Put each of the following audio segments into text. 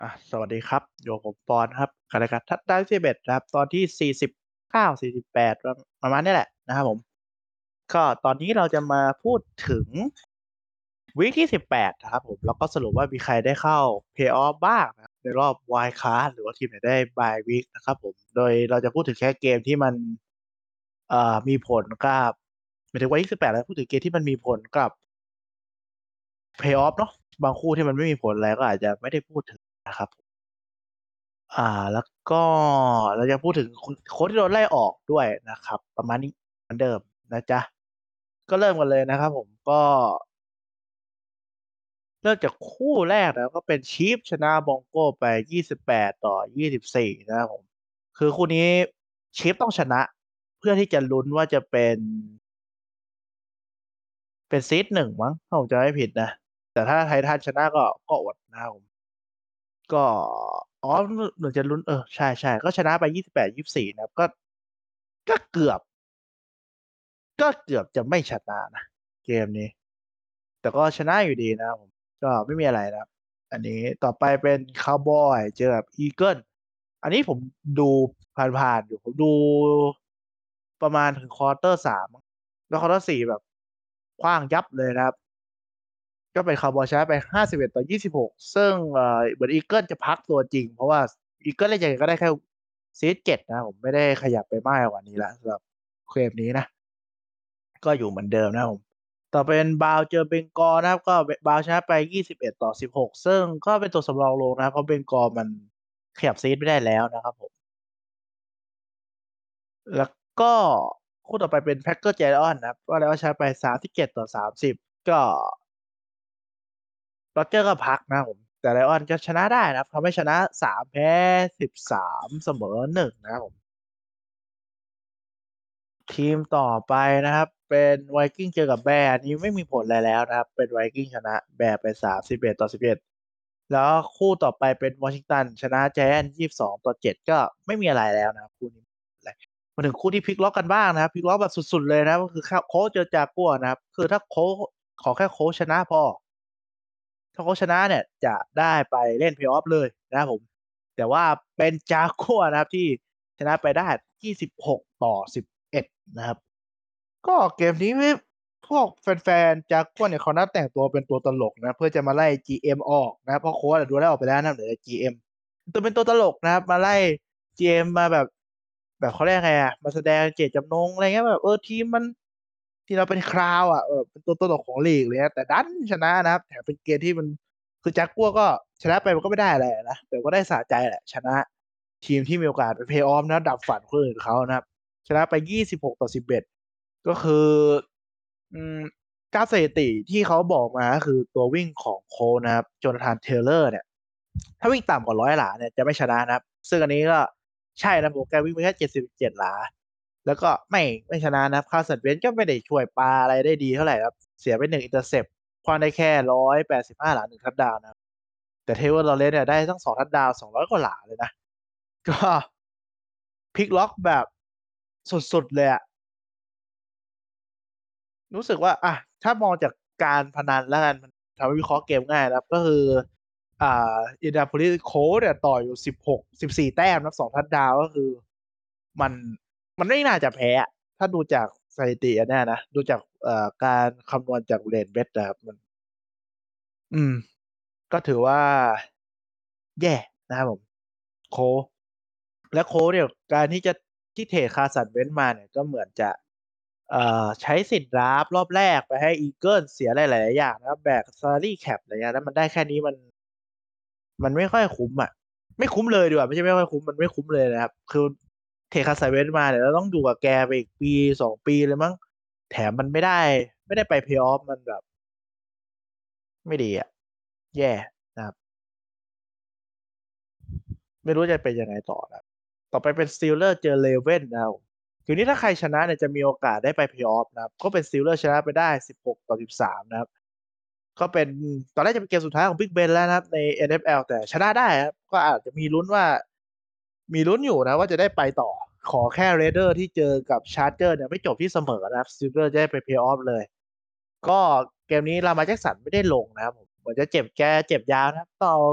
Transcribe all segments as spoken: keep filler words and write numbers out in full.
อ่ะสวัสดีครับอยู่กับผมปอนครับกับรายการทัดดาวสิบเอ็ดนะครับตอนที่สี่สิบเก้าสี่สิบแปดประมาณนี้แหละนะครับผมก็ตอนนี้เราจะมาพูดถึงวีคที่สิบแปดนะครับผมแล้วก็สรุปว่ามีใครได้เข้าเพลย์ออฟบ้างนะครับในรอบไวล์ค c า r d หรือว่าทีมไหนได้บายวีคนะครับผมโดยเราจะพูดถึงแค่เกมที่มันเอ่อมีผลกับหมายถึงวันที่สิบแปดแล้วพูดถึงเกมที่มันมีผลกับเพลย์ออฟเนาะบางคู่ที่มันไม่มีผลอะไรก็อาจจะไม่ได้พูดถึงนะครับ อ่าแล้วก็เราจะพูดถึงโค้ชที่โดนไล่ออกด้วยนะครับประมาณนี้เหมือนเดิมนะจ๊ะก็เริ่มกันเลยนะครับผมก็เริ่มจากคู่แรกนะก็เป็นชีฟชนะบองโก้ไปยี่สิบแปดต่อยี่สิบสี่นะครับผมคือคู่นี้ชีฟต้องชนะเพื่อที่จะลุ้นว่าจะเป็นเป็นซีดหนึ่งมั้งถ้าผมจำไม่ผิดนะแต่ถ้าไททันชนะก็ก็อดนะครับผมก็อ๋อเหมือนจะลุ้นเออใช่ใช่ก็ชนะไปยี่สิบแปดยี่สิบสี่นะครับก็ก็เกือบ ก็เกือบจะไม่ชนะนะเกมนี้แต่ก็ชนะอยู่ดีนะครับผมก็ไม่มีอะไรนะครับอันนี้ต่อไปเป็นคาวบอยเจอกับอีเกิลอันนี้ผมดูผ่านๆอยู่ผมดูประมาณถึงควอเตอร์สามแล้วควอเตอร์สี่แบบขว้างยับเลยนะครับก็เป็นคาวบอยชนะไปห้าสิบเอ็ดต่อยี่สิบหกซึ่งเอ่อเหมือนอีเกิลจะพักตัวจริงเพราะว่าอีเกิลเล่นยังไงก็ได้แค่ซีดเจ็ดนะผมไม่ได้ขยับไปมากกว่านี้ละสำหรับเกมนี้นะ ก็อยู่เหมือนเดิมนะครับผมต่อเป็นบาวเจอเบงกอลนะครับก็บาวชนะไปยี่สิบเอ็ดต่อสิบหกซึ่งก็เป็นตัวสำรองลงนะครับเพราะเบงกอลมันขยับซีดไม่ได้แล้วนะครับผมแล้วก็คู่ต่อไปเป็นแพ็คเกอร์ไจออนนะครับก็แล้วชนะไปสามสิบเจ็ดต่อสามสิบก็โรเจอร์ก็พักนะครับผมแต่ไลออนก็ชนะได้นะครับทำให้ชนะสามแพ้สิบสามเสมอหนึ่งนะครับผม ทีมต่อไปนะครับเป็นไวกิ้งเจอกับแบร์อันนี้ไม่มีผลอะไรแล้วนะครับเป็นไวกิ้งชนะแบร์ไปสามสิบเอ็ดต่อสิบเอ็ดแล้วคู่ต่อไปเป็นวอชิงตันชนะแจแอนยี่สิบสองต่อเจ็ดก็ไม่มีอะไรแล้วนะครับคู่นี้อะไรมาถึงคู่ที่พลิกล็อกกันบ้างนะครับพลิกล็อกแบบสุดๆเลยนะก็คือโค้ชเจอจากัวนะครับคือถ้าโค้ชขอแค่โค้ชชนะพอถ้าโค้ชชนะเนี่ยจะได้ไปเล่นเพลย์ออฟเลยนะครับผมแต่ว่าเป็นจากัวนะครับที่ชนะไปได้ยี่สิบหกต่อสิบเอ็ดนะครับ ก็เกมนี้พวกแฟนๆจากพวกเนี่ยเขานัดแต่งตัวเป็นตัวตลกนะเพื่อจะมาไล่ จี เอ็ม ออกนะเพราะโค้ชอะดูแลวออกไปแล้วนะเหลือ จี เอ็ม ตัวเป็นตัวตลกนะครับมาไล่ จี เอ็ม มมาแบบแบบเขาเรียกไงอ่ะมาแสดงเจตจำนงอะไรเงี้ยแบบเออทีมมันที่เราเป็นคราวอ่ะเออเป็นตัวตลกของลีกเลยนะแต่ดันชนะนะครับแถมเป็นเกมที่มันคือจากกัวก็ชนะไปมันก็ไม่ได้อะไรนะแต่ก็ได้สะใจแหละชนะทีมที่มีโอกาสไปเพลย์ออฟนะดับฝันคนอื่นเขานะครับชนะไปยี่สิบหกต่อสิบเอ็ด ก็คืออืมกราฟสถิติที่เขาบอกมาก็คือตัววิ่งของโคลนะครับโจนาธานเทเลอร์เนี่ยถ้าวิ่งต่ำกว่าร้อยหลาเนี่ยจะไม่ชนะนะครับซึ่งอันนี้ก็ใช่นะผมแกวิ่งไปแค่เจ็ดสิบเจ็ดหลาแล้วก็ไม่ไม่ชนะนะครับคาร์สันเวนก็ไม่ได้ช่วยปาอะไรได้ดีเท่าไหร่ครับเสียไปหนึ่งอินเตอร์เซปคว้างได้แค่ร้อยแปดสิบห้าหลาหนึ่งทัชดาวน์นะครับแต่เทเวอร์ลอเรนเนี่ยได้ทั้งสองทัชดาวน์สองร้อยกว่าหลาเลยนะก็พลิกล็อกแบบสุดๆเลยอะ รู้สึกว่าอ่ะถ้ามองจากการพนันแล้วกันมันทำให้วิเคราะห์เกมง่ายนะครับก็คืออ่าอินดาโพลิสโค้ชเนี่ยต่ออยู่สิบหกสิบสี่แต้มนับสองทัดดาวก็คือมันมันไม่น่าจะแพ้อะถ้าดูจากสถิติอันเนี้ยนะดูจากเอ่อการคำนวณจากเรนเบสนะครับมันอืมก็ถือว่าแย่นะครับผมโค้ชและโค้ชเนี่ยการที่จะที่เทรดคาร์สันเวนซ์มาเนี่ยก็เหมือนจะ เอ่อใช้สิทธิ์ดราฟต์รอบแรกไปให้อีเกิลเสียหลายๆอย่างนะครับแบกซา a รี่แคปอะไรเงี้ยแล้วมันได้แค่นี้มันมันไม่ค่อยคุ้มอ่ะไม่คุ้มเลยดีกว่าไม่ใช่ไม่ค่อยคุ้มมันไม่คุ้มเลยนะครับคือเทคาไซเวนมาเนี่ยเราต้องอยู่กับแกไปอีกปีสองปีเลยมั้งแถมมันไม่ได้ไม่ได้ไปเพลย์ออฟมันแบบไม่ดีอ่ะแย่นะครับไม่รู้จะเป็นยังไงต่อนะต่อไปเป็นสตีลเลอร์เจอเลเว่นนะครับคือนี้ถ้าใครชนะเนี่ยจะมีโอกาสได้ไปเพลย์ออฟนะครับก็เป็นสตีลเลอร์ชนะไปได้สิบหกต่อสิบสามนะครับ ก็เป็นตอนแรกจะเป็นเกมสุดท้ายของบิ๊กเบนแล้วนะครับใน เอ็น เอฟ แอล แต่ชนะได้ครับก็อาจจะมีลุ้นว่ามีลุ้นอยู่นะว่าจะได้ไปต่อขอแค่เรเดอร์ที่เจอกับชาร์เจอร์เนี่ยไม่จบที่เสมอนะครับซิลเวอร์จะได้ไปเพลย์ออฟเลยก็เกมนี้ลามาแจ็กสันไม่ได้ลงนะครับผมเหมือนจะเจ็บแกเจ็บยาวนะครับต้องเอา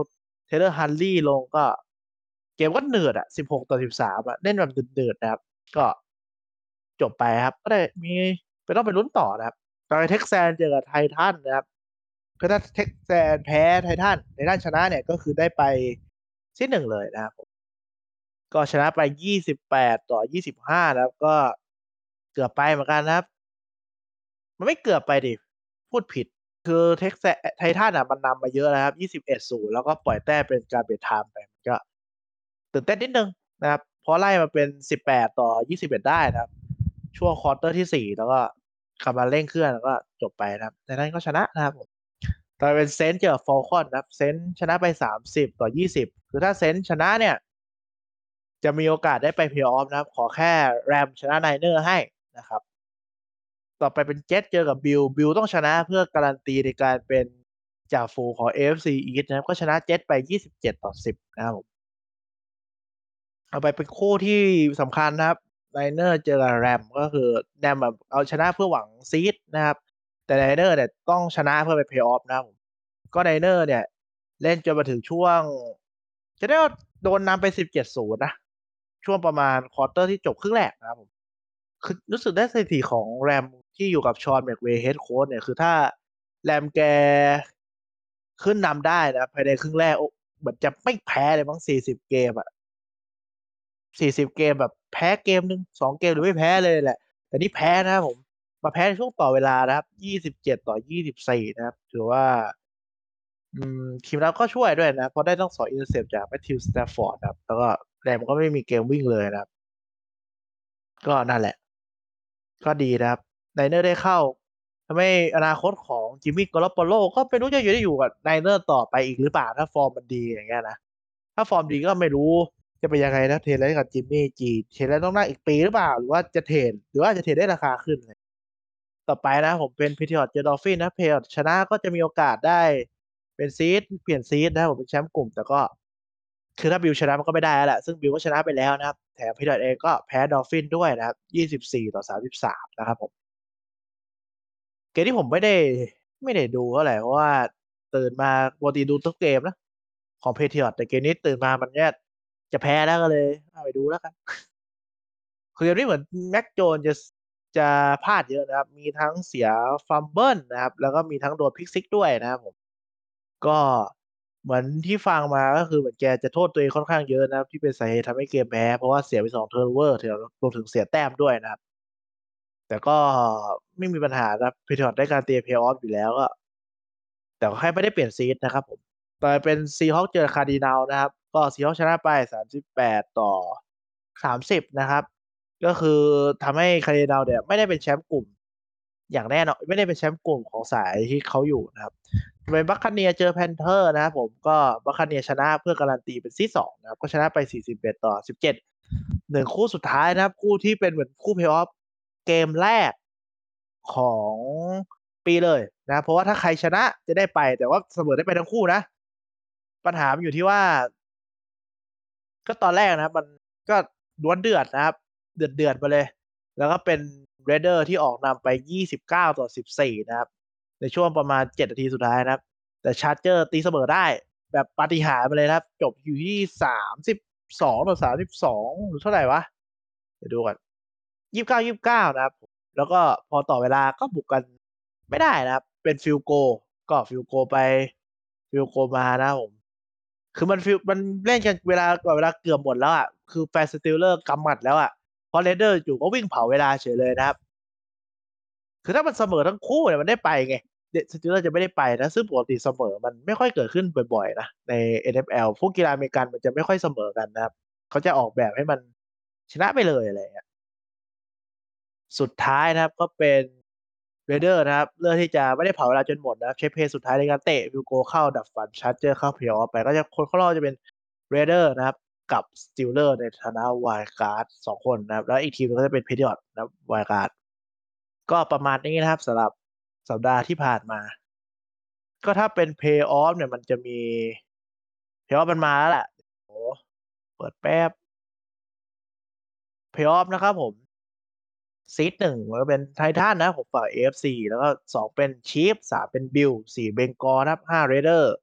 เทเลอร์ฮันลี่ลงก็เกมก็เนืดอ่ะสิบหกต่อสิบสามอ่ะเล่นแบบเดือดๆนะครับก็จบไปครับก็ได้มีไปต้องไปลุ้นต่อนะครับตอนเท็กซันเจอกับไททันนะครับก็ถ้าเท็กซันแพ้ไททันไททันชนะเนี่ยก็คือได้ไปที่หนึ่งเลยนะครับผมก็ชนะไปยี่สิบแปดต่อยี่สิบห้าแล้วก็เกือบไปเหมือนกันนะครับมันไม่เกือบไปดิพูดผิด คือเท็กซัสไททันอ่ะมันนำมาเยอะแล้วครับยี่สิบเอ็ดศูนย์แล้วก็ปล่อยแต้มเป็นการเบรกไทม์ไปมันก็ตื่นเต้นนิดนึงนะครับเพราะไล่มาเป็นสิบแปดต่อยี่สิบเอ็ดได้นะครับช่วงควอเตอร์ที่สี่แล้วก็ขับมาเร่งเครื่องแล้วก็จบไปนะครับไททันก็ชนะนะครับผมต่อไปเป็นเซนต์เจอฟอลคอนนะครับเซนต์ชนะไปสามสิบต่อยี่สิบคือถ้าเซนต์ชนะเนี่ยจะมีโอกาสได้ไปเพลย์ออฟนะครับขอแค่แรมชนะไนเนอร์ให้นะครับ ต่อไปเป็นเจ็ตเจอกับบิลบิลต้องชนะเพื่อการันตีในการเป็นจ่าฝูงของ เอ เอฟ ซี East นะครับก็ชนะเจ็ตไปยี่สิบเจ็ดต่อสิบนะครับผมเอาไปเป็นคู่ที่สำคัญนะครับไนเนอร์เจอกับแรมก็คือแรมแบบเอาชนะเพื่อหวังซีดนะครับแต่ไนเนอร์เนี่ยต้องชนะเพื่อไปเพลย์ออฟนะครับผมก็ไนเนอร์เนี่ยเล่นจนมาถึงช่วงจะได้ว่าโดนนำไปสิบเจ็ดศูนย์นะช่วงประมาณควอเตอร์ที่จบครึ่งแรกนะครับผม คือรู้สึกได้สถิติของแรมที่อยู่กับชอนแม็กเวย์เฮดโค้ชเนี่ยคือถ้าแรมแกขึ้นนำได้นะภายในครึ่งแรกโอ้เหมือนจะไม่แพ้เลยมั้งสี่สิบเกมอ่ะสี่สิบเกมแบบแพ้เกมหนึ่งสองเกมหรือไม่แพ้เลยแหละแต่นี่แพ้นะครับผมมาแพ้ในช่วงต่อเวลานะครับยี่สิบเจ็ดต่อยี่สิบสี่นะครับถือว่าอืมทีมเราก็ช่วยด้วยนะเพราะได้ต้องสองอินเตอร์เซปจากแมทธิวสแตฟฟอร์ดนะครับแล้วก็แรมก็ไม่มีเกมวิ่งเลยนะครับก็นั่นแหละ ก็ดีนะครับไนเนอร์ได้เข้าทำให้อนาคตของจิมมี่กอโรปโลก็ไม่รู้จะอยู่ได้อยู่กับไนเนอร์ต่อไปอีกหรือเปล่าถ้าฟอร์มมันดีอย่างเงี้ยนะถ้าฟอร์มดีก็ไม่รู้จะเป็นยังไงนะเทรดอะไรกับจิมมี่จีเทรดแล้วต้องนั่งอีกปีหรือเปล่าหรือว่าจะเทรดหรือว่าจะเทรดได้ราคาขึ้นเลยต่อไปนะผมเป็นพิธีออตเจอดอลฟินนะเพย์ออตชนะก็จะมีโอกาสได้เป็นซีดเปลี่ยนซีดนะครับผมเป็นแชมป์กลุ่มแต่ก็คือถ้าบิลชนะมันก็ไม่ได้แล้วแหละซึ่งบิลก็ชนะไปแล้วนะครับแถมพิธีออตเองก็แพ้ดอลฟินด้วยนะครับยี่สิบสี่ต่อสามสิบสามนะครับผม เกมที่ผมไม่ได้ไม่ได้ดูเท่าไหร่เพราะว่าตื่นมาปกติดูทุกเกมนะของเพเทียร์แต่เกมนี้ตื่นมามันเนี่ยจะแพ้แล้วก็เลยเอาไปดูแล้วกันคือเกมนี้เหมือนแม็กโจนจะจะพลาดเยอะนะครับมีทั้งเสียฟัมเบิลนะครับแล้วก็มีทั้งโดนพิกซิกด้วยนะครับผมก็เหมือนที่ฟังมาก็คือเหมือนแกจะโทษตัวเองค่อนข้างเยอะนะครับที่เป็นสาเหตุทำให้เกมแพ้เพราะว่าเสียไปสองเทิร์นโอเวอร์ถึงรวมถึงเสียแต้มด้วยนะครับ แต่ก็ไม่มีปัญหาครับเพเทอร์ได้การเตรียมเพลย์ออฟอยู่แล้วก็แต่ก็แค่ไม่ได้เปลี่ยนซีดนะครับผมต่อไปเป็นซีฮอคเจอคาร์ดินัลนะครับก็ซีฮอคชนะไปสามสิบแปดต่อสามสิบนะครับก็คือทำให้คาร์ดินัลเนี่ยไม่ได้เป็นแชมป์กลุ่มอย่างแน่นอนไม่ได้เป็นแชมป์กลุ่มของสายที่เขาอยู่นะครับเป็นบัคคาเนียเจอแพนเทอร์นะครับผมก็บัคคาเนียชนะเพื่อการันตีเป็นซีสองนะครับก็ชนะไปสี่สิบเอ็ดต่อสิบเจ็ดหนึ่งคู่สุดท้ายนะครับคู่ที่เป็นเหมือนคู่เพลย์ออฟ เกมแรกของปีเลยนะเพราะว่าถ้าใครชนะจะได้ไปแต่ว่าเสมอได้ไปทั้งคู่นะปัญหามันอยู่ที่ว่าก็ตอนแรกนะครับมันก็ดวลเดือดนะครับเดือดเดือดไปเลยแล้วก็เป็นเรเดอร์ที่ออกนำไปยี่สิบเก้าต่อสิบสี่นะครับในช่วงประมาณเจ็ดนาทีสุดท้ายนะครับแต่ชาร์เจอร์ตีเสมอได้แบบปาฏิหาริย์ไปเลยนะครับจบอยู่ที่สามสิบสองต่อสามสิบสองหรือเท่าไหร่วะเดี๋ยวดูก่อน ยี่สิบเก้ายี่สิบเก้านะครับแล้วก็พอต่อเวลาก็บุกกันไม่ได้นะครับเป็นฟิลโกก็ฟิลโกไปฟิลโกมานะครับผมคือมันฟิลมันเล่นกันเวลาก่อนเวลาเกือบหมดแล้วอ่ะคือแฟร์สติลเลอร์กำหมัดแล้วอ่ะพอเรเดอร์อยู่ก็วิ่งเผาเวลาเฉยเลยนะครับคือถ้ามันเสมอทั้งคู่เนี่ยมันได้ไปไงเดสติลเลอร์จะไม่ได้ไปนะซึ่งปกติเสมอมันไม่ค่อยเกิดขึ้นบ่อยๆนะใน เอ็น เอฟ แอล พวกกีฬาอเมริกันมันจะไม่ค่อยเสมอกันนะครับเขาจะออกแบบให้มันชนะไปเลยอะไรอย่างเงี้ย สุดท้ายนะครับก็เป็นเรเดอร์นะครับเลือกที่จะไม่ได้เผาเวลาจนหมดนะครับใช้เพลย์สุดท้ายในการเตะฟิวโกเข้าดับฝันชาร์เจอร์เข้าเพลย์ออฟไปก็จะคนเข้ารอบจะเป็นเรเดอร์นะครับกับสติลเลอร์ในฐานะไวล์การ์ดสองคนนะครับแล้วอีกทีมนึงก็จะเป็นเพเทียร์นะครับไวล์การ์ดก็ประมาณนี้นะครับสำหรับสัปดาห์ที่ผ่านมาก็ถ้าเป็นเพย์ออฟเนี่ยมันจะมีเพย์ออฟมันมาแล้วแหละโอ้เปิดแป๊บเพย์ออฟนะครับผม ซีดหนึ่งมันก็เป็นไททันนะผมฝั่ง เอ เอฟ ซี แล้วก็สองเป็นชีฟสามเป็นบิลสี่เบงกอลนะครับห้าเรเดอร์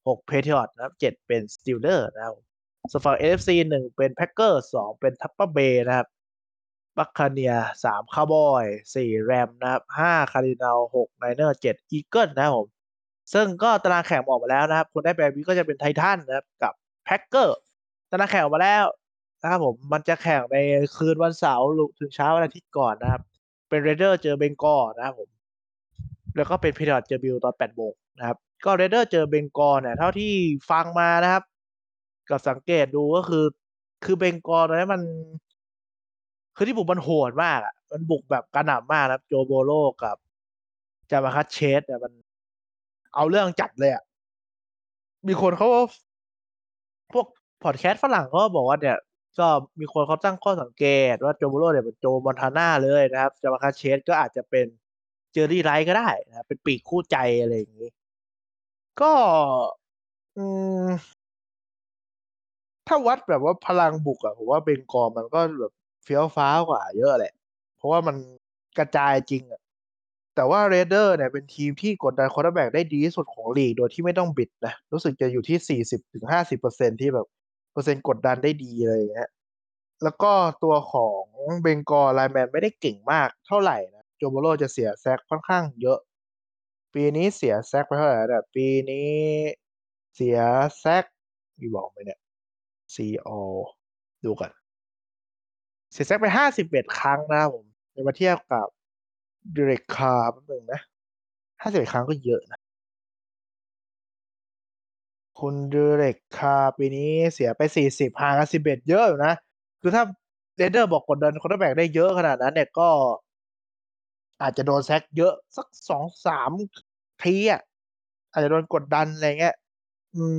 หก Patriot นะครับเจ็ดเป็น Steelers นะครับส่วนฝั่ง เอ เอฟ ซี หนึ่งเป็น Packers สองเป็น Tampa Bay นะครับบัคคาเนียสามคาวบอยสี่แรมนะครับห้าคาร์ดินัลหกไนเนอร์เจ็ดอีเกิลนะครับผมซึ่งก็ตารางแข่งออกมาแล้วนะครับคนได้แบบนี้ก็จะเป็นไททันนะครับกับแพ็คเกอร์ตารางแข่งออกมาแล้วนะครับผมมันจะแข่งในคืนวันเสาร์ถึงเช้าวันอาทิตย์ก่อนนะครับเป็นเรเดอร์เจอเบงกอลนะครับผมแล้วก็เป็นพีเรียดเจอบิลตอนแปดโมงนะครับก็เรเดอร์เจอเบงกอลเนี่ยเท่าที่ฟังมานะครับกับสังเกตดูก็คือคือเบงกอลตอนนี้มันคือที่บุกมันโหดมากอ่ะมันบุกแบบกระหน่ำมากนะครับโจโบโลกับจามาคัสเชสเนี่ยมันเอาเรื่องจัดเลยอ่ะมีคนเขาพวกพอดแคสต์ฝรั่งเขาก็บอกว่าเนี่ยก็มีคนเขาตั้งข้อสังเกตว่าโจโบโลเนี่ยเป็นโจมอนทาน่าเลยนะครับจามาคัสเชสก็อาจจะเป็นเจอรี่ไรท์ก็ได้นะครับเป็นปีกคู่ใจอะไรอย่างนี้ก็อืม ถ้าวัดแบบว่าพลังบุกอะผมว่าเบงกอลมันก็แบบเฟี้ยวฟ้าวกว่าเยอะแหละเพราะว่ามันกระจายจริงอะแต่ว่าเรเดอร์เนี่ยเป็นทีมที่กดดันควอเตอร์แบ็กได้ดีที่สุดของลีกโดยที่ไม่ต้องบิดนะรู้สึกจะอยู่ที่สี่สิบถึงห้าสิบเปอร์เซ็นต์ที่แบบเปอร์เซ็นต์กดดันได้ดีอะไรอย่างเงี้ยแล้วก็ตัวของเบงกอลไลน์แมนไม่ได้เก่งมากเท่าไหร่นะโจโบโลจะเสียแซกค่อนข้างเยอะปีนี้เสียแซกไปเท่าไหร่นะปีนี้เสียแซกมีบอกไหมเนี่ย ซี โอ ดูก่อนเสียแซกไปห้าสิบเอ็ดครั้งนะครับผมในมาเทียบกับดิเรกคาร์แป๊บนึงนะห้าสิบเอ็ดครั้งก็เยอะนะคุณดิเรกคาร์ปีนี้เสียไปสี่สิบห่างกันสิบเอ็ดเยอะอยู่นะคือถ้าเรเดอร์บอกกดดันคอร์เตอร์แบ็กได้เยอะขนาดนั้นเนี่ยก็อาจจะโดนแซกเยอะสักสองสามทีอ่ะอาจจะโดนกดดันอะไรเงี้ยอืม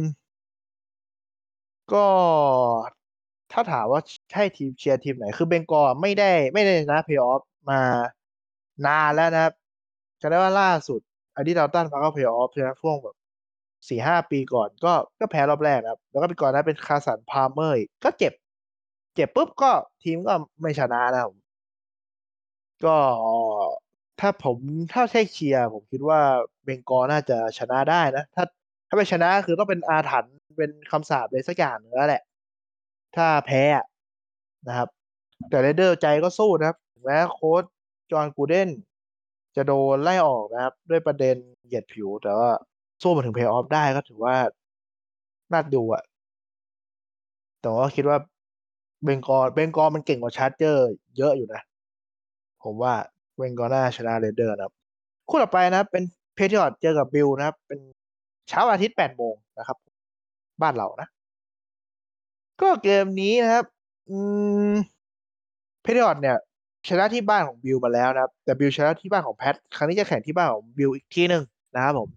ก็ถ้าถามว่าใช่ทีมเชียร์ทีมไหนคือเบงกอลไม่ได้ไม่ได้ชนะเพลย์ออฟมานานแล้วนะครับจำได้ว่าล่าสุดอันที่เราตั้นมาก็เพลย์ออฟใช่ไหมช่วงแบบสี่ห้าปีก่อนก็ก็แพ้รอบแรกนะครับแล้วก็ปีก่อนนั้นเป็นคาสันพาเมอร์อีกก็เจ็บเจ็บปุ๊บก็ทีมก็ไม่ชนะนะครับก็ถ้าผมถ้าใช่เชียร์ผมคิดว่าเบงกอลน่าจะชนะได้นะถ้าถ้าไม่ชนะคือต้องเป็นอาถรรพ์เป็นคำสาปเลยสักอย่างหนึ่งแล้วแหละ ถ้าแพ้อะนะครับแต่เรเดอร์ใจก็สู้นะครับถึงแม้โค้ชจอห์นกูเดนจะโดนไล่ออกนะครับด้วยประเด็นเหยียดผิวแต่ว่าสู้มาถึงเพลย์ออฟได้ก็ถือว่าน่าดูอ่ะแต่ว่าคิดว่าเบงกอลเบงกอลมันเก่งกว่าชาร์เจอร์เยอะอยู่นะผมว่าเบงกอลน่าชนะเรเดอร์นะครับคู่ต่อไปนะครับเป็นเพเทียร์เจอกับบิลนะครับเป็นเช้าอาทิตย์แปดโมงนะครับบ้านเรานะก็เกมนี้นะครับอืม เพเทอร์เนี่ยชนะที่บ้านของบิลมาแล้วนะครับแต่บิลชนะที่บ้านของแพทครั้งนี้จะแข่งที่บ้านของบิลอีกที่หนึ่งนะครับผม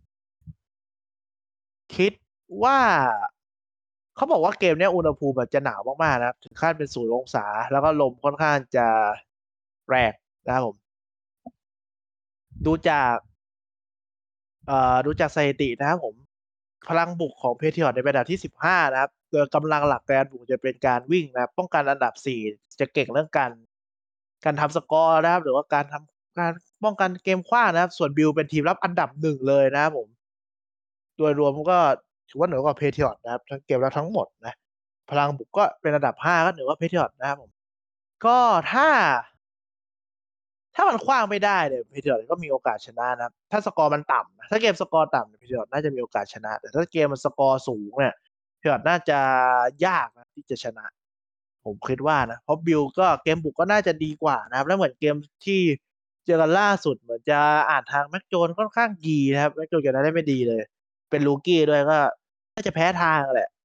คิดว่าเขาบอกว่าเกมเนี้ยอุณหภูมิแบบจะหนาวมากๆนะครับถึงขั้นเป็นศูนย์องศาแล้วก็ลมค่อนข้างจะแรงนะครับผมดูจากเอ่อดูจากสถิตินะครับผมพลังบุกของเพเทียร์ในเป็นอันดับที่สิบห้านะครับโดยกำลังหลักการบุกจะเป็นการวิ่งนะครับป้องกันอันดับสี่จะเก่งเรื่องการการทำสกอร์นะครับหรือว่าการทำการป้องกันเกมขว้างนะครับส่วนบิลเป็นทีมรับอันดับหนึ่งเลยนะครับผมโดยรวมก็ถือว่าเหนือกว่าเพเทียร์นะครับทั้งเกมแล้วทั้งหมดนะพลังบุกก็เป็นอันดับห้าก็เหนือกว่าเพเทียร์นะครับผมก็ถ้า ถ้ามันขว้างไม่ได้เนี่ยพีเทียร์ก็มีโอกาสชนะนะครับถ้าสกอร์มันต่ำนะถ้าเกมสกอร์ต่ำเนี่ยพีเทียร์น่าจะมีโอกาสชนะแต่ถ้าเกมมันสกอร์สูงเนี่ยพีเทียร์น่าจะยากนะที่จะชนะผมคิดว่านะเพราะบิลก็เกมบุกก็น่าจะดีกว่านะครับแล้วเหมือนเกมที่เจอกันล่าสุดเหมือนจะอ่านทางแม็กโจนค่อนข้างดีนะครับแม็กโจนจะได้ไม่ดีเลยเป็นลูกี้ด้วยก็น่าจะแพ้ทางแหละ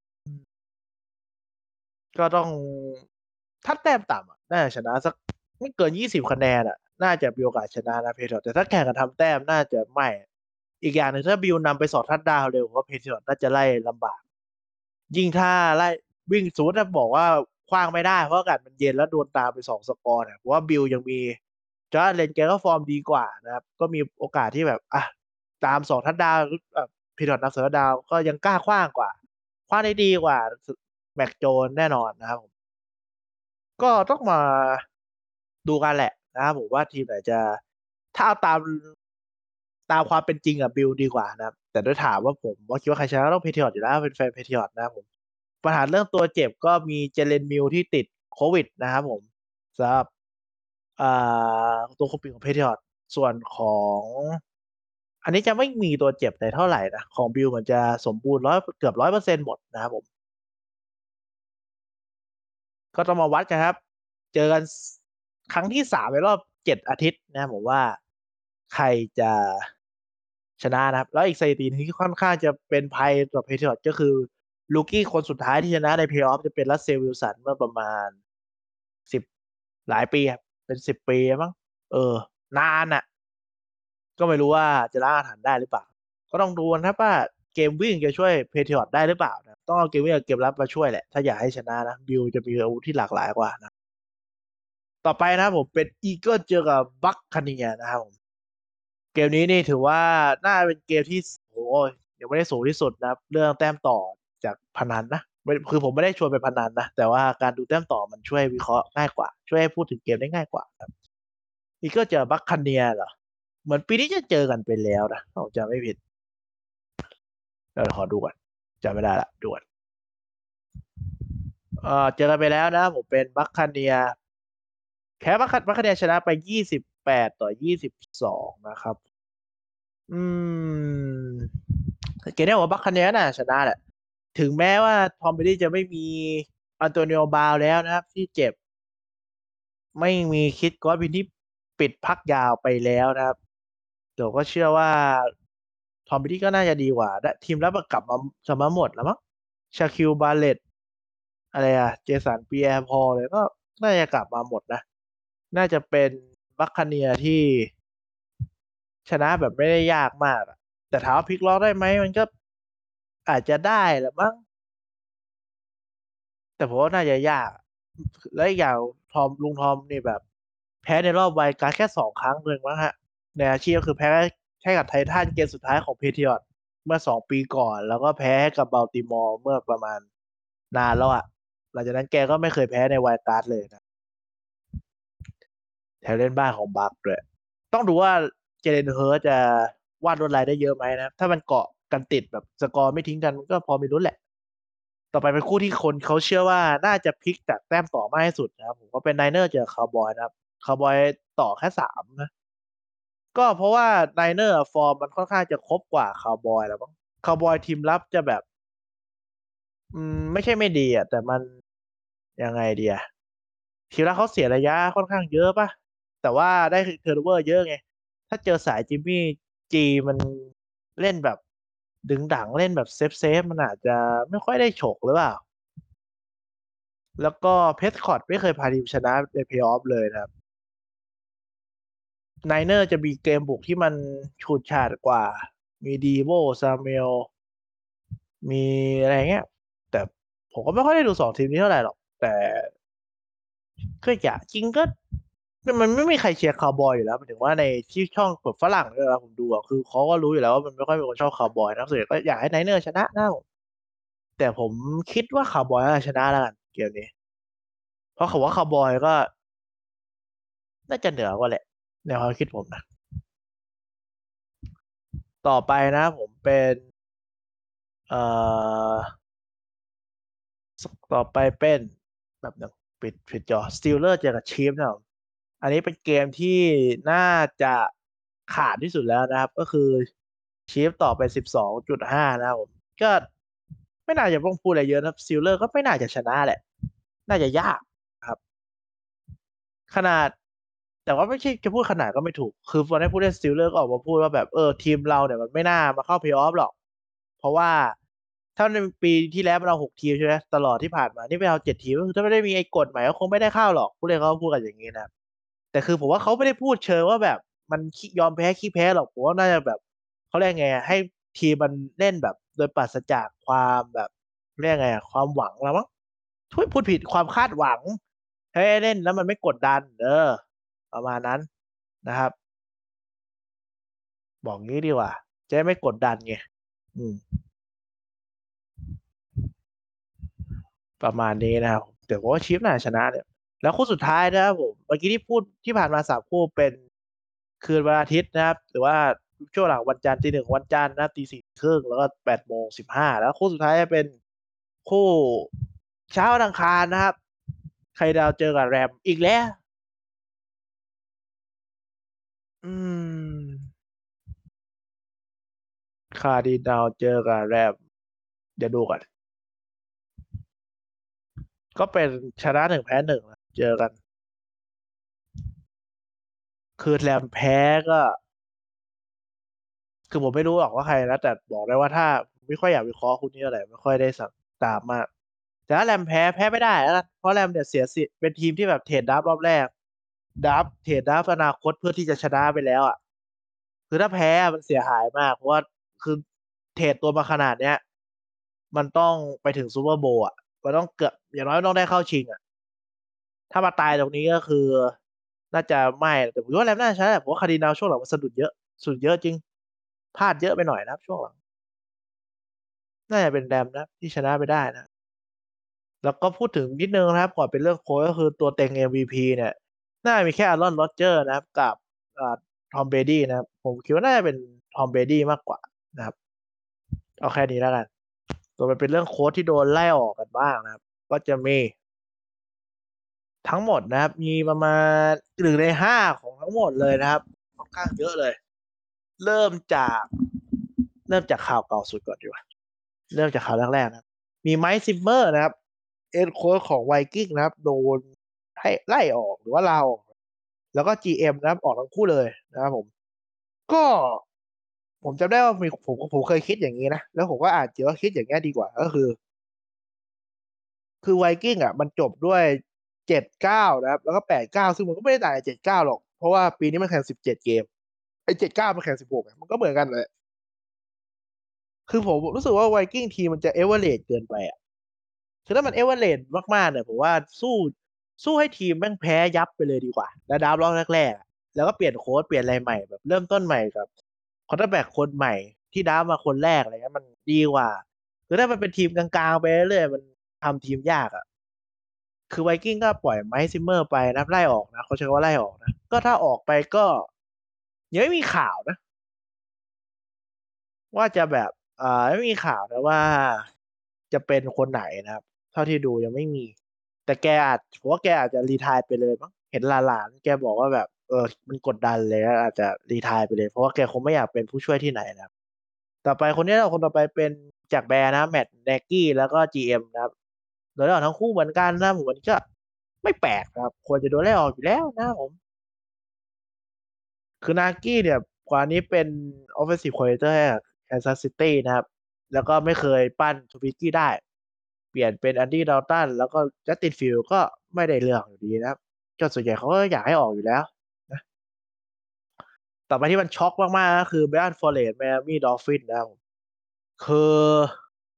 ก็ต้องถ้าแต้มต่ำอะน่าจะชนะสักไม่เกินยี่สิบคะแนนอ่ะน่าจะมีโอกาสชนะนะเพเทอร์แต่ถ้าแข่งกันทำแต้มน่าจะไม่อีกอย่างหนึ่งถ้าบิวนำไปสองทัดดาวน์เร็วผมว่าเพเทอร์น่าจะไล่ลำบากยิ่งถ้าไล่วิ่งสมมติถ้าบอกว่าขว้างไม่ได้เพราะอากาศมันเย็นแล้วโดนตามไปสองสกอร์เนี่ยผมว่าบิลยังมีจอร์แดนเลนแกก็ฟอร์มดีกว่านะครับก็มีโอกาสที่แบบอ่ะตามสองทัดดาวน์แบบเพเทอร์นำสองทัดดาวน์ก็ยังกล้าขว้างกว่าขว้างได้ดีกว่าแม็กโจนแน่นอนนะครับผม ก็ต้องมาดูกันแหละนะครับผมว่าทีมไหนจะถ้าเอาตามตามความเป็นจริงอะบิลดีกว่านะครับแต่ด้วยถามว่าผมว่าคิดว่าใครชนะก็ต้องเพเทียร์อยู่แล้วเป็นแฟนเพเทียร์นะครับผมปัญหาเรื่องตัวเจ็บก็มีเจเลนมิลที่ติดโควิดนะครับผมสำหรับอ่าตัวคุมปีกของเพเทียร์ส่วนของอันนี้จะไม่มีตัวเจ็บแต่เท่าไหร่นะของบิลเหมือนจะสมบูรณ์ร้อยเกือบร้อยเปอร์เซ็นต์หมดนะครับผม ก็ต้องมาวัดกันครับ เจอกันครั้งที่สามในรอบเจ็ดอาทิตย์นะผมว่าใครจะชนะนะครับแล้วอีกสถิติหนึงที่ค่อนข้างจะเป็นภัยต่อเพเทียร์ก็คือลูกี้คนสุดท้ายที่ชนะในเพลย์ออฟจะเป็นรัสเซลวิลสันเมื่อประมาณสิบหลายปีครับเป็นสิบปีมั้งเออนานอ่ะก็ไม่รู้ว่าจะล้างอาถรรพ์ได้หรือเปล่าก็ต้องดูนะครับว่าเกมวิ่งจะช่วยเพเทียร์ได้หรือเปล่านะต้องเอาเกมวิ่งกับเกมรับมาช่วยแหละถ้าอยากให้ชนะนะบิลจะมีอาวุธที่หลากหลายกว่านะ ต่อไปนะครับผมเป็นอีเกิลเจอกับบัคคาเนียนะครับผมเกมนี้นี่ถือว่าน่าเป็นเกมที่โอ้ยยังไม่ได้สูงที่สุดนะครับเรื่องแต้มต่อจากพนันนะไม่คือผมไม่ได้ชวนไปพนันนะแต่ว่าการดูแต้มต่อมันช่วยวิเคราะห์ง่ายกว่าช่วยให้พูดถึงเกมได้ง่ายกว่าครับอีเกิลเจอบัคคาเนียเหรอเหมือนปีนี้จะเจอกันไปแล้วนะถ้าผมจำไม่ผิดเดี๋ยวขอดูก่อนจำไม่ได้ละดูก่อนเออเจอกันไปแล้วนะผมเป็นบัคคาเนียแพ้บัคคาบัคคาเนียชนะไปยี่สิบแปดต่อยี่สิบสองนะครับ อืมเกมนี้ผมว่าบัคคาเนียน่ะชนะแหละถึงแม้ว่าทอมเบรดี้จะไม่มีอันโตนิโอบราวน์แล้วนะครับที่เจ็บไม่มีคิดกอสวินที่ปิดพักยาวไปแล้วนะครับเดี๋ยวก็เชื่อว่าทอมเบรดี้ก็น่าจะดีกว่าและทีมรับกลับมาสมมาหมดแล้วมั้งชาคิวบาเลตอะไรอะเจสันปีแอร์พอลเลยก็น่าจะกลับมาหมดนะน่าจะเป็นบัคคาเนียที่ชนะแบบไม่ได้ยากมากอะแต่ถามว่าพลิกล็อกได้ไหมมันก็อาจจะได้แหละมั้ง แต่ผมว่าน่าจะยาก แล้วอีกอย่างทอมลุงทอมนี่แบบแพ้ในรอบไวล์การ์ดแค่สองครั้งเองมั้งฮะในอาชีพก็คือแพ้ให้กับไททันเกมสุดท้ายของเพเทียร์เมื่อสองปีก่อนแล้วก็แพ้ให้กับบัลติมอร์เมื่อประมาณนานแล้วอ่ะหลังจากนั้นแกก็ไม่เคยแพ้ในไวล์การ์ดเลยนะแถมเล่นบ้านของบัคด้วยต้องดูว่าเจเลนเฮิร์ตจะวาดลวดลายได้เยอะไหมนะถ้ามันเกาะกันติดแบบสกอร์ไม่ทิ้งกันมันก็พอมีลุ้นแหละ ต่อไปเป็นคู่ที่คนเขาเชื่อว่าน่าจะพลิกจากแต้มต่อมากที่สุดนะครับผมก็เป็นไนเนอร์เจอคาวบอยนะครับคาวบอยต่อแค่สามนะก็เพราะว่าไนเนอร์ฟอร์มมันค่อนข้างจะครบกว่าคาวบอยแล้วมั้งคาวบอยทีมรับจะแบบอืมไม่ใช่ไม่ดีอ่ะแต่มันยังไงดีอ่ะทีมรับเขาเสียระยะค่อนข้างเยอะป่ะแต่ว่าได้เทอร์โนเวอร์เยอะไงถ้าเจอสายจิมมี่จีมันเล่นแบบดึงดังเล่นแบบเซฟเซฟมันอาจจะไม่ค่อยได้ฉกหรือเปล่า แล้วก็เพสคอตไม่เคยพาทีมชนะในเพลย์ออฟเลยนะครับไนเนอร์จะมีเกมบุกที่มันฉูดฉาดกว่ามีดีโวซาเมลมีอะไรเงี้ยแต่ผมก็ไม่ค่อยได้ดูสองทีมนี้เท่าไหร่หรอกแต่ก็อยากจริงก็มันไม่มีใครเชียร์คาวบอยอยู่แล้วหมายถึงว่าในที่ช่องแบบฝรั่งเนี่ยนะผมดูอ่ะคือเขาก็รู้อยู่แล้วว่ามันไม่ค่อยมีคนชอบคาวบอยนะส่วนใหญ่ก็อยากให้ไนเนอร์ชนะนะผมแต่ผมคิดว่าคาวบอยน่าจะชนะแล้วกันเกมนี้เพราะเขาว่าคาวบอยก็น่าจะเหนือกว่าแหละในความคิดผมนะ ต่อไปนะผมเป็นเอ่อต่อไปเป็นแบบหนึ่งปิดปิดจอสตีลเลอร์เจอกับชีฟนะครับอันนี้เป็นเกมที่น่าจะขาดที่สุดแล้วนะครับก็คือชีฟต่อไปสิบสองจุดห้านะครับผมก็ไม่น่าจะต้องพูดอะไรเยอะนะครับสตีลเลอร์ก็ไม่น่าจะชนะแหละน่าจะยากครับ ขนาดแต่ว่าไม่ใช่จะพูดขนาดก็ไม่ถูกคือฟอนให้ผู้เล่นสตีลเลอร์ก็ออกมาพูดว่าแบบเออทีมเราเนี่ยมันไม่น่ามาเข้าเพลย์ออฟหรอกเพราะว่าถ้าในปีที่แล้วเราหกทีมใช่ไหมตลอดที่ผ่านมานี่ไปเอาเจ็ดทีมก็คือถ้าไม่ได้มีไอ้กฎใหม่ก็คงไม่ได้เข้าหรอกผู้เล่นเขาก็พูดกันอย่างนี้นะแต่คือผมว่าเขาไม่ได้พูดเชิงว่าแบบมันขี้ยอมแพ้ขี้แพ้หรอกผมว่าน่าจะแบบเขาเรียกไงอะให้ทีมมันเล่นแบบโดยปราศจากความแบบเรียกไงอะความหวังแล้วมั้งทุยพูดผิดความคาดหวัง ให้เล่นแล้วมันไม่กดดันเออประมาณนั้นนะครับบอกงี้ดีกว่าจะได้ไม่กดดันไงอืมประมาณนี้นะครับแต่ผมว่าชีฟน่าจะชนะเนี่ยแล้วคู่สุดท้ายนะครับผมเมื่อกี้ที่พูดที่ผ่านมาสามคู่เป็นคืนวันอาทิตย์นะครับหรือว่าช่วงหลังวันจันทร์ตีหนึ่งวันจันทร์นะตีสี่ครึ่งแล้วก็แปดโมงสิบห้าแล้วคู่สุดท้ายจะเป็นคู่เช้าวันอังคารนะครับใครดาวเจอกับแรมอีกแล้วอืมคาร์ดินาลเจอกับแรมเดี๋ยวดูก่อนก็เป็นชนะหนึ่งแพ้หนึ่งนะเจอกันคือแรมแพ้ก็คือผมไม่รู้หรอกว่าใครนะแต่บอกได้ว่าถ้าไม่ค่อยอยากวิเคราะห์คู่นี้อะไรไม่ค่อยได้สักตามมากแต่ถ้าแรมแพ้แพ้ไม่ได้แล้วกันเพราะแรมเนี่ยเสียสิทธิ์เป็นทีมที่แบบเทรดดับรอบแรกดับเทรดดับอนาคตเพื่อที่จะชนะไปแล้วอ่ะคือถ้าแพ้อะมันเสียหายมากเพราะว่าคือเทรดตัวมาขนาดเนี้ยมันต้องไปถึงซูเปอร์โบว์อ่ะมันต้องเกือบอย่างน้อยต้องได้เข้าชิงอ่ะ ถ้ามาตายตรงนี้ก็คือน่าจะไม่แต่ผมว่าแรมน่าจะชนะแหละผมว่าคาร์ดินัลช่วงหลังมันสะดุดเยอะสะดุดเยอะจริงพลาดเยอะไปหน่อยนะครับช่วงหลังน่าจะเป็นแรมนะที่ชนะไปได้นะแล้วก็พูดถึงนิดนึงนะครับก่อนเป็นเรื่องโค้ชก็คือตัวเต็ง เอ็ม วี พี เนี่ยน่าจะมีแค่อารอนโรเจอร์นะครับกับอ่าทอมเบรดี้นะครับผมคิดว่าน่าจะเป็นทอมเบรดี้มากกว่านะครับเอาแค่นี้แล้วกันตัวมันเป็นเรื่องโค้ชที่โดนไล่ออกกันบ้างนะครับก็จะมีทั้งหมดนะครับมีประมาณหนึ่งในห้าของทั้งหมดเลยนะครับค่อนข้างเยอะเลย เริ่มจากเริ่มจากข่าวเก่าสุดก่อนดีกว่าเริ่มจากข่าวแรกๆนะครับมีไมค์ซิมเมอร์นะครับเอ็ดโค้ชของไวกิ้งนะครับโดนให้ไล่ออกหรือว่าลาออกแล้วก็ จี เอ็ม นะครับออกทั้งคู่เลยนะครับผมก็ผมจำได้ว่ามีผมผมเคยคิดอย่างนี้นะแล้วผมก็อาจจะว่าคิดอย่างนี้ดีกว่าก็คือคือไวกิ้งอ่ะมันจบด้วยเจ็ดเก้านะครับแล้วก็แปดเก้าซึ่งมันก็ไม่ได้ต่างจากเจ็ดเก้าหรอกเพราะว่าปีนี้มันแข่งสิบเจ็ดเกมไอ้เจ็ดเก้ามันแข่งสิบหกมันก็เหมือนกันเลย คือผมรู้สึกว่าไวกิ้งทีมมันจะเอเวอเรสเกินไปอ่ะคือถ้ามันเอเวอเรสมากๆเนี่ยผมว่าสู้สู้ให้ทีมแม่งแพ้ยับไปเลยดีกว่าแล้วดาวรอบแรกๆอะแล้วก็เปลี่ยนโค้ชเปลี่ยนอะไรใหม่แบบเริ่มต้นใหม่กับคอร์เตอร์แบ็กคนใหม่ที่ดาวมาคนแรกอะไรเงี้ยมันดีกว่าคือถ้ามันเป็นทีมกลางๆไปเรื่อยๆมันทำทีมยากอ่ะคือไวกิ้งก็ปล่อยไมค์ซิมเมอร์ไปนะไล่ออกนะเขาใช้คำว่าไล่ออกนะก็ถ้าออกไปก็ยังไม่มีข่าวนะ ว่าจะแบบอ่าไม่มีข่าวนะว่าจะเป็นคนไหนนะครับเท่าที่ดูยังไม่มีแต่แกอาจผมว่าแกอาจจะรีไทร์ไปเลยมั้งเห็นหลานๆแกบอกว่าแบบเออมันกดดันเลยก็อาจจะรีไทร์ไปเลยเพราะว่าแกคงไม่อยากเป็นผู้ช่วยที่ไหนนะครับต่อไปคนนี้เราคนต่อไปเป็นจากแบร์นะแมตต์แนกกี้แล้วก็ จี เอ็ม นะครับโดนไล่ออกทั้งคู่เหมือนกันนะผมวันนี้ก็ไม่แปลกนะครับควรจะโดนไล่ออกอยู่แล้วนะผม คือนากี้เนี่ยก่อนนี้เป็น offensive coordinator ให้กับ Kansas City นะครับแล้วก็ไม่เคยปั้นทูบิสกี้ได้เปลี่ยนเป็นแอนดี้ดัลตันแล้วก็จัสตินฟิลด์ก็ไม่ได้เรื่องอยู่ดีนะครับก็ส่วนใหญ่เขาก็อยากให้ออกอยู่แล้วนะต่อไปที่มันช็อกมากๆก็คือ Brian Flores Miami Dolphins นะครับคือ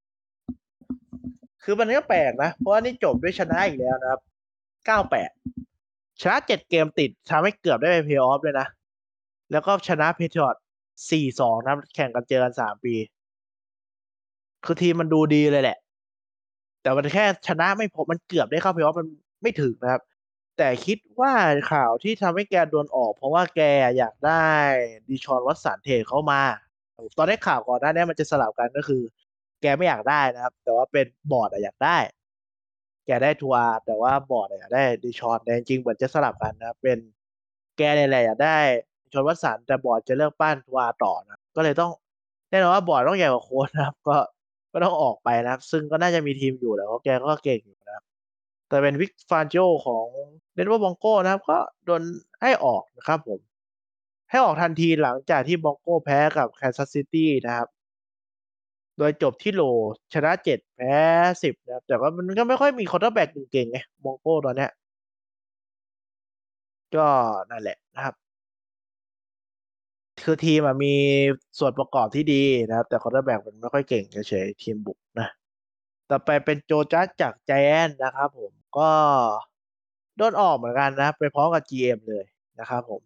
คือมันก็แปลกนะเพราะว่านี่จบด้วยชนะอีกแล้วนะครับเก้าแปดชนะเจ็ดเกมติดทำให้เกือบได้ไปเพลย์ออฟเลยนะแล้วก็ชนะเพเท r อ t สี่สองนะแข่งกันเจอกันสามปี คือทีมมันดูดีเลยแหละแต่มันแค่ชนะไม่พอมันเกือบได้เข้าเพลย์ออฟมันไม่ถึงนะครับแต่คิดว่าข่าวที่ทำให้แกโดนออกเพราะว่าแกอยากได้ดิชอนวัตสันเทรดเข้ามาตอนได้ข่าวก่อนหน้านี้มันจะสลับกันก็คือแกไม่อยากได้นะครับแต่ว่าเป็นบอร์ดอะอยากได้แกได้ทัวร์แต่ว่าบอร์ดอะอยากได้ดิชอนแต่จริงๆเหมือนจะสลับกันนะครับเป็นแกเนี่ยแหละอยากได้ดิชอนวัตสันแต่บอร์ดจะเลือกปั้นทัวร์ต่อนะก็เลยต้องแน่นอนว่าบอร์ดต้องใหญ่กว่าโค้ชนะครับก็ ก็ต้องออกไปนะครับซึ่งก็น่าจะมีทีมอยู่แหละเพราะแกก็เก่งอยู่นะครับแต่เป็นวิกฟานโจของเดนเวอร์บรองโก้นะครับก็โดนให้ออกนะครับผมให้ออกทันทีหลังจากที่บรองโก้แพ้กับแคนซัสซิตี้นะครับโดยจบที่โหลชนะเจ็ดแพ้สิบนะครับแต่ว่ามันก็ไม่ค่อยมีคอร์เตอร์แบ็กเก่งๆไงบรองโก้ตอนเนี้ยก็นั่นแหละนะครับคือทีมอะมีส่วนประกอบที่ดีนะครับแต่คอร์เตอร์แบ็กมันไม่ค่อยเก่งเฉยๆทีมบุกนะ ต่อไปเป็นโจจัสจากไจแอนท์นะครับผมก็โดนออกเหมือนกันนะไปพร้อมกับ จี เอ็ม เลยนะครับผม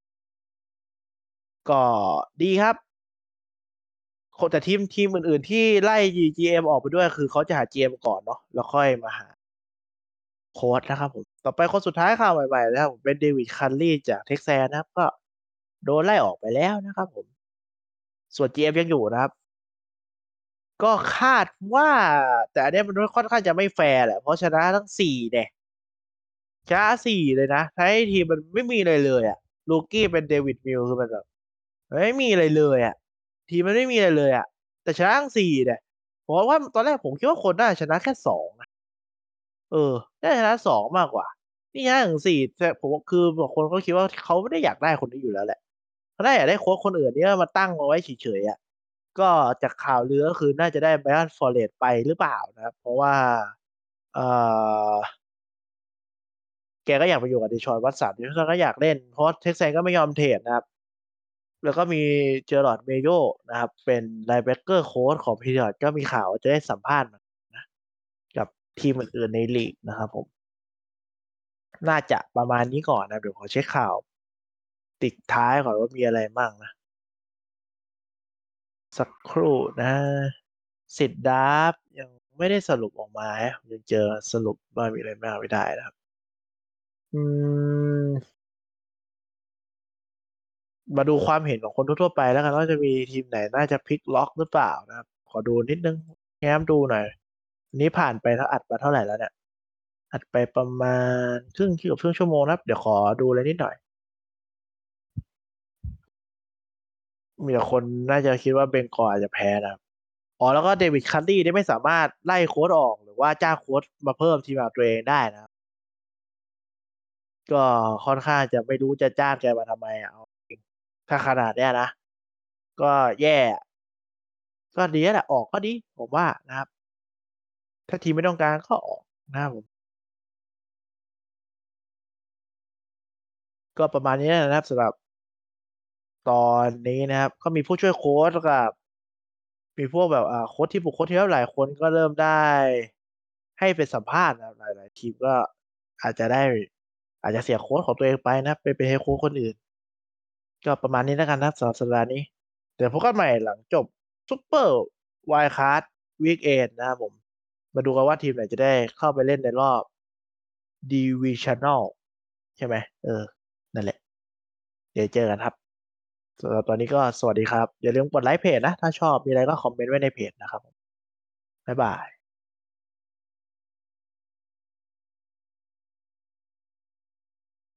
ก็ดีครับคนแต่ทีมทีมอื่นๆที่ไล่ จี เอ็ม ออกไปด้วยคือเขาจะหา จี เอ็ม ก่อนเนาะแล้วค่อยมาหาโค้ชนะครับผมต่อไปคนสุดท้ายข่าวใหม่ๆนะครับผมเป็นเดวิดคันลี่จากเท็กซัสนะครับก็โดนไล่ออกไปแล้วนะครับผมส่วน จี เอ็ม ยังอยู่นะครับก็คาดว่าแต่อันเนี้ยมันค่อนข้างจะไม่แฟร์แหละเพราะชนะทั้งสี่เนี่ยชนะสี่เลยนะทั้งที่ทีมมันไม่มีอะไรเลยอ่ะลูกี้เป็นเดวิดมิลคือมันแบบไม่มีอะไรเลยอ่ะทีมมันไม่มีอะไรเลยอ่ะแต่ชนะทั้งสี่เนี่ยผมว่าตอนแรกผมคิดว่าคนน่าจะชนะแค่สองนะเออน่าจะชนะสองมากกว่านี่ชนะถึงสี่แต่ผมว่าคือบางคนเขาคิดว่าเขาไม่ได้อยากได้คนนี้อยู่แล้วแหละเขาได้อยากได้โค้ชคนอื่นเนี่ยมาตั้งเอาไว้เฉยๆอ่ะ ก็จากข่าวลือก็คือน่าจะได้ไบรอันฟอร์เรสไปหรือเปล่านะครับเพราะว่าเอ่อแกก็อยากไปอยู่กับเดชอนวัตสันเดชอนก็อยากเล่นเพราะเท็กซัสก็ไม่ยอมเทรดนะครับแล้วก็มีเจอร์ารดเมโยนะครับเป็นไลน์แบ็กเกอร์โค้ชของพีเรียดก็มีข่าวว่าจะได้สัมภาษณ์นะกับทีมอื่นๆในลีกนะครับผมน่าจะประมาณนี้ก่อนนะเดี๋ยวขอเช็คข่าวติดท้ายก่อนว่ามีอะไรบ้างนะสักครู่นะสิทธิ์ดาร์ฟยังไม่ได้สรุปออกมาฮะยังเจอสรุปว่ามีอะไรบ้างไม่ได้นะครับ อืมมาดูความเห็นของคนทั่วๆไปแล้วกันว่าจะมีทีมไหนน่าจะพลิกล็อกหรือเปล่านะครับขอดูนิดนึงแง้มดูหน่อยอันนี้ผ่านไปเท่าอัดมาเท่าไหร่แล้วเนี่ยอัดไปประมาณครึ่งเกือบครึ่งชั่วโมงนะครับเดี๋ยวขอดูเลยนิดหน่อยมีแต่คนน่าจะคิดว่าเบงกอร์อาจจะแพ้นะครับอ๋อแล้วก็เดวิดคันดี้ได้ไม่สามารถไล่โค้ดออกหรือว่าจ้างโค้ดมาเพิ่มทีมของตัวเองได้นะครับก็ค่อนข้างจะไม่รู้จะจ้างแกมาทำไมอ่ะเอาจริงถ้าขนาดเนี้ยนะก็แย่ ก็ดีแล้วแหละออกก็ดีผมว่านะครับถ้าทีมไม่ต้องการก็ออกนะครับผมก็ประมาณนี้นะครับสำหรับตอนนี้นะครับก็มีผู้ช่วยโค้ชกับมีพวกแบบอ่าโค้ชที่บุคคลที่แล้วหลายคนก็เริ่มได้ให้เป็นสัมภาษณ์นะครับหลายๆทีมก็อาจจะได้อาจจะเสียโค้ชของตัวเองไปนะครับไปเป็นให้โค้ชคนอื่นก็ประมาณนี้แล้วกันนะครับสำหรับสัปดาห์นี้เดี๋ยวพบกันใหม่หลังจบซุปเปอร์ไวล์คาร์ดวีคเอนนะครับผมมาดูกันว่าทีมไหนจะได้เข้าไปเล่นในรอบ Divisional ใช่ไหมเออนั่นแหละเดี๋ยวเจอกันครับสำหรับตอนนี้ก็สวัสดีครับอย่าลืมกดไลค์เพจนะถ้าชอบมีอะไรก็คอมเมนต์ไว้ในเพจนะครับบ๊ายบาย